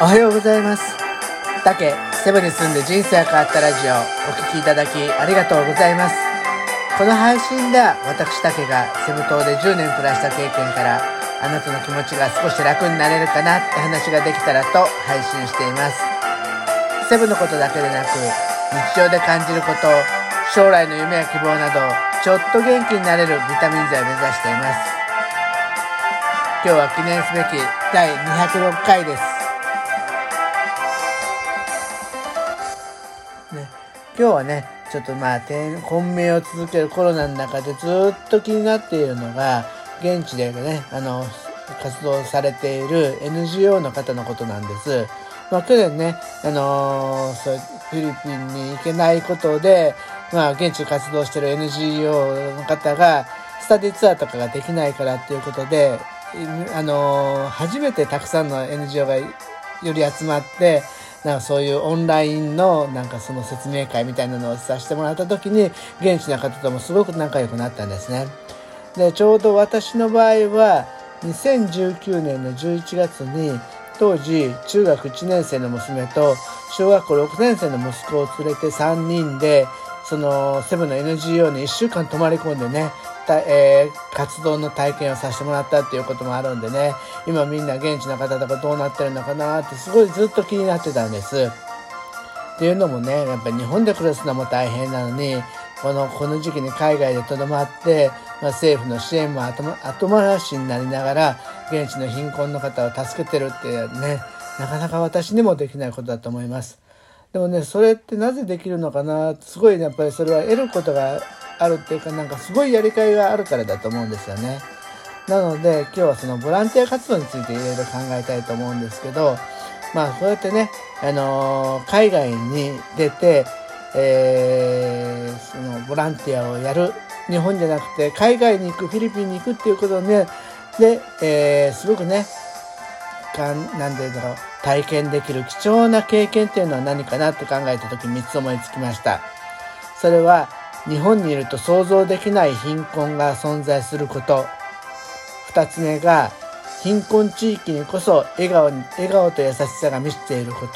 おはようございます。タケ、セブに住んで人生が変わったラジオお聞きいただきありがとうございます。この配信では私タケがセブ島で10年暮らした経験からあなたの気持ちが少し楽になれるかなって話ができたらと配信しています。セブのことだけでなく日常で感じること、将来の夢や希望などちょっと元気になれるビタミン剤を目指しています。今日は記念すべき第206回です。今日はね、ちょっと混迷を続けるコロナの中でずっと気になっているのが、現地でね、活動されている NGO の方のことなんです。去年ね、フィリピンに行けないことで、現地で活動している NGO の方が、スタディツアーとかができないからっていうことで、初めてたくさんの NGO がより集まって、そういうオンラインのその説明会みたいなのをさせてもらった時に現地の方ともすごく仲良くなったんですね。で、ちょうど私の場合は2019年の11月に当時中学1年生の娘と小学校6年生の息子を連れて3人でそのセブンの NGO に1週間泊まり込んでね、活動の体験をさせてもらったっていうこともあるんでね、今みんな現地の方とかどうなってるのかなってすごいずっと気になってたんです。っていうのもね、やっぱり日本で暮らすのも大変なのに、この時期に海外でとどまって、政府の支援も後回しになりながら現地の貧困の方を助けてるってね、なかなか私にもできないことだと思います。でもね、それってなぜできるのかな、すごいやっぱりそれは得ることがあるっていうか、すごいやりがいがあるからだと思うんですよね。なので今日はそのボランティア活動についていろいろ考えたいと思うんですけど、こうやってね、海外に出て、そのボランティアをやる、日本じゃなくて海外に行く、フィリピンに行くっていうことね、で、すごくね、体験できる貴重な経験っていうのは何かなって考えた時3つ思いつきました。それは日本にいると想像できない貧困が存在すること。2つ目が貧困地域にこそ笑顔と優しさが満ちていること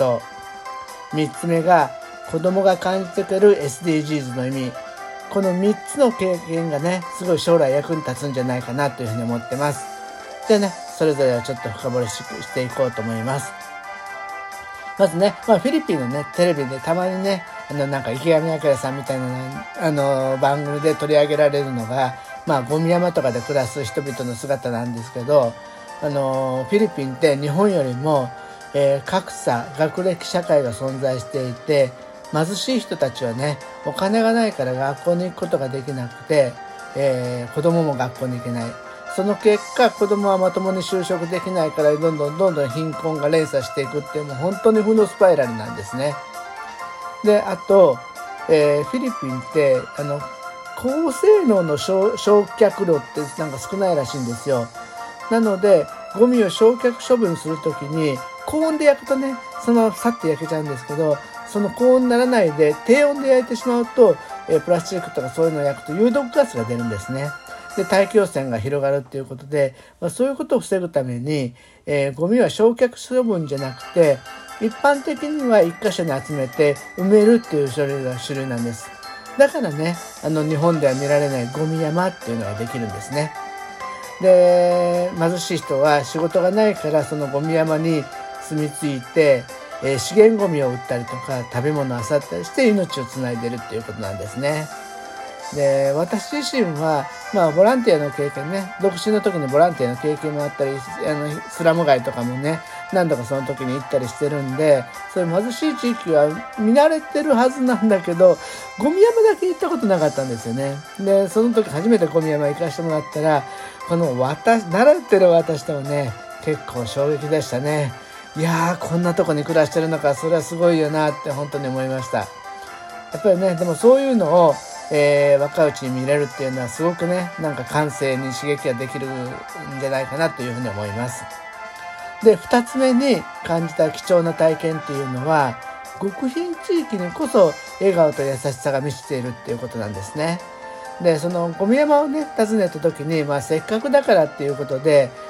。3つ目が子供が感じてくれる SDGs の意味。この3つの経験がね、すごい将来役に立つんじゃないかなというふうに思ってます。でね、それぞれをちょっと深掘りしていこうと思います。まずね、フィリピンのね、テレビでたまにね、池上彰さんみたいな番組で取り上げられるのが、ゴミ山とかで暮らす人々の姿なんですけど、フィリピンって日本よりも、格差、学歴社会が存在していて、貧しい人たちはね、お金がないから学校に行くことができなくて、子供も学校に行けない。その結果、子供はまともに就職できないから、どんどん貧困が連鎖していくっていう、もう本当に負のスパイラルなんですね。で、あと、フィリピンって、高性能の焼却炉って少ないらしいんですよ。なので、ゴミを焼却処分するときに、高温で焼くとね、さって焼けちゃうんですけど、その高温にならないで、低温で焼いてしまうと、プラスチックとかそういうのを焼くと有毒ガスが出るんですね。で、大気汚染が広がるっていうことで、そういうことを防ぐために、ゴミは焼却処分じゃなくて、一般的には一箇所に集めて埋めるっていう種類なんです。だからね、日本では見られないゴミ山っていうのができるんですね。で、貧しい人は仕事がないからそのゴミ山に住み着いて、資源ゴミを売ったりとか食べ物を漁ったりして命をつないでるっていうことなんですね。で、私自身はボランティアの経験ね、独身の時にボランティアの経験もあったり、スラム街とかもね、何度かその時に行ったりしてるんで、そういう貧しい地域は見慣れてるはずなんだけど、ゴミ山だけ行ったことなかったんですよね。で、その時初めてゴミ山行かせてもらったら、慣れてる私ともね、結構衝撃でしたね。いやー、こんなとこに暮らしてるのか、それはすごいよなって本当に思いました。やっぱりね、でもそういうのを、若いうちに見れるっていうのはすごくね、感性に刺激ができるんじゃないかなというふうに思います。で、二つ目に感じた貴重な体験っていうのは、極貧地域にこそ笑顔と優しさが満ちているっていうことなんですね。で、そのゴミ山をね、訪ねた時に、せっかくだからっていうことで、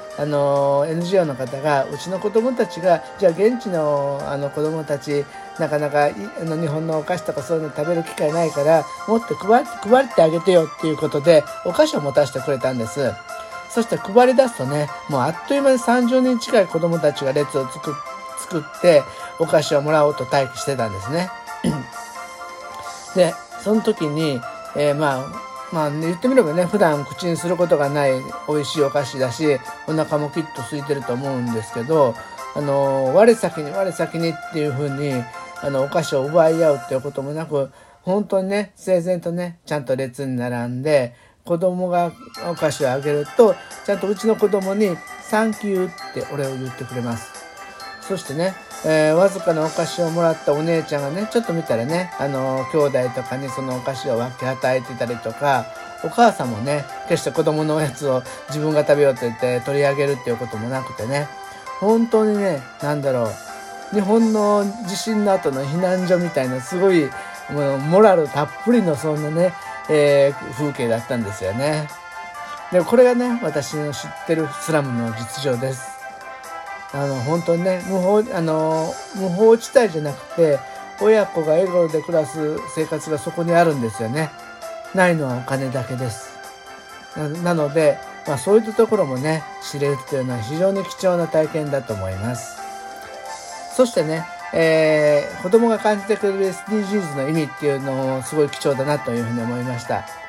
NGO の方がうちの子どもたちがじゃあ現地の子どもたちなかなか日本のお菓子とかそういうの食べる機会ないからもっと配ってあげてよっていうことでお菓子を持たせてくれたんです。そして配り出すとね、もうあっという間に30人近い子どもたちが列を作ってお菓子をもらおうと待機してたんですね。でその時に、まあ言ってみればね、普段口にすることがない美味しいお菓子だしお腹もきっと空いてると思うんですけど、我先にっていう風にお菓子を奪い合うっていうこともなく、本当にね整然とねちゃんと列に並んで子供がお菓子をあげるとちゃんとうちの子供にサンキューってお礼を言ってくれます。そしてね、わずかなお菓子をもらったお姉ちゃんがねちょっと見たらね兄弟とかにそのお菓子を分け与えてたりとか、お母さんもね決して子供のおやつを自分が食べようと言って取り上げるっていうこともなくてね、本当にね日本の地震の後の避難所みたいなすごいモラルたっぷりのそんなね、風景だったんですよね。でこれがね私の知ってるスラムの実情です。本当にね無法地帯じゃなくて親子が笑顔で暮らす生活がそこにあるんですよね。ないのはお金だけです。なので、そういったところもね知れるというのは非常に貴重な体験だと思います。そしてね、子供が感じてくれる SDGs の意味っていうのもすごい貴重だなというふうに思いました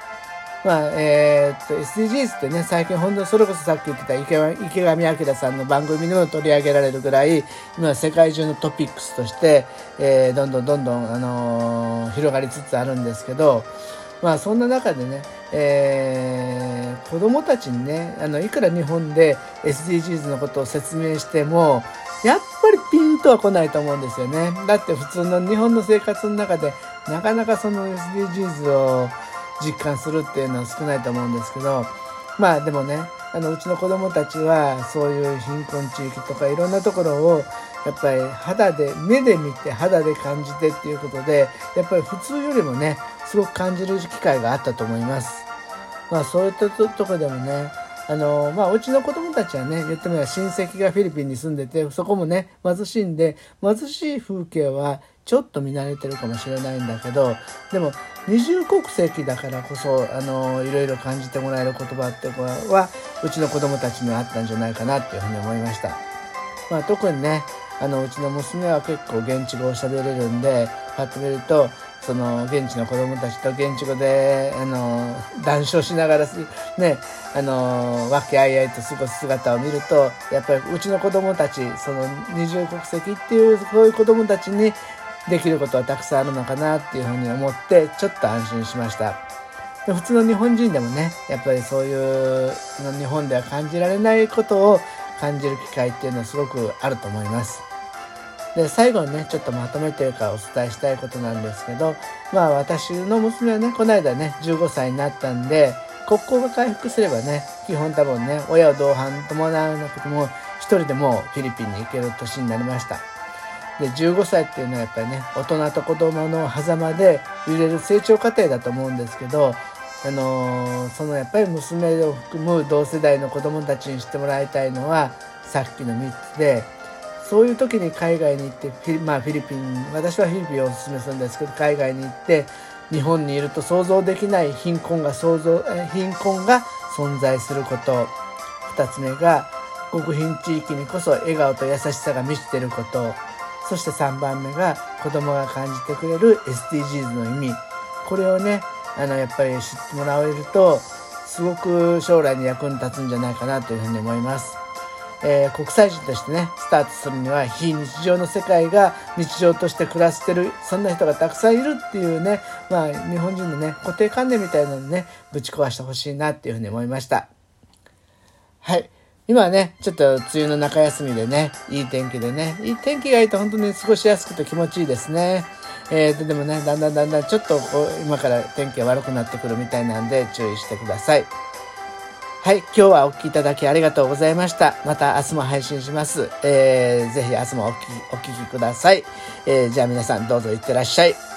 。SDGs ってね最近本当にそれこそさっき言ってた池上彰さんの番組にも取り上げられるぐらい今世界中のトピックスとして、どんどん広がりつつあるんですけど、そんな中でね、子供たちにねいくら日本で SDGs のことを説明してもやっぱりピンとは来ないと思うんですよね。だって普通の日本の生活の中でなかなかその SDGs を実感するっていうのは少ないと思うんですけど、でもねうちの子供たちはそういう貧困地域とかいろんなところをやっぱり目で見て肌で感じてっていうことでやっぱり普通よりもねすごく感じる機会があったと思います。そういったところでもねうちの子供たちはね言ってみれば親戚がフィリピンに住んでてそこもね貧しいんで貧しい風景はちょっと見慣れてるかもしれないんだけど、でも二重国籍だからこそいろいろ感じてもらえる言葉っていうのはうちの子供たちにはあったんじゃないかなっていうふうに思いました。特にねうちの娘は結構現地語を喋れるんでパッと見るとその現地の子供たちと現地語で談笑しながらね和気あいあいと過ごす姿を見るとやっぱりうちの子供たちその二重国籍っていうそういう子供たちにできることはたくさんあるのかなっていうふうに思ってちょっと安心しました。で普通の日本人でもねやっぱりそういう日本では感じられないことを感じる機会っていうのはすごくあると思います。で最後にねちょっとまとめというかお伝えしたいことなんですけど、私の娘はねこの間ね15歳になったんで国交が回復すればね基本多分ね親を同伴伴わなくても一人でもフィリピンに行ける年になりました。で15歳っていうのはやっぱりね大人と子供の狭間で揺れる成長過程だと思うんですけど、そのやっぱり娘を含む同世代の子供たちにしてもらいたいのはさっきの3つで、そういう時に海外に行ってフィリピン私はフィリピンをおすすめするんですけど海外に行って日本にいると想像できない貧困が存在すること、2つ目が極貧地域にこそ笑顔と優しさが満ちていること、そして3番目が子供が感じてくれる SDGs の意味、これをねやっぱり知ってもらえるとすごく将来に役に立つんじゃないかなというふうに思います。国際人としてねスタートするには非日常の世界が日常として暮らしてるそんな人がたくさんいるっていうね、日本人のね固定観念みたいなのねぶち壊してほしいなっていうふうに思いました。はい、今はねちょっと梅雨の中休みでねいい天気でねいい天気がいいと本当に過ごしやすくて気持ちいいですね。でもねだんだんちょっと今から天気が悪くなってくるみたいなんで注意してください。はい、今日はお聞きいただきありがとうございました。また明日も配信します。ぜひ明日もお聞きください。じゃあ皆さんどうぞいってらっしゃい。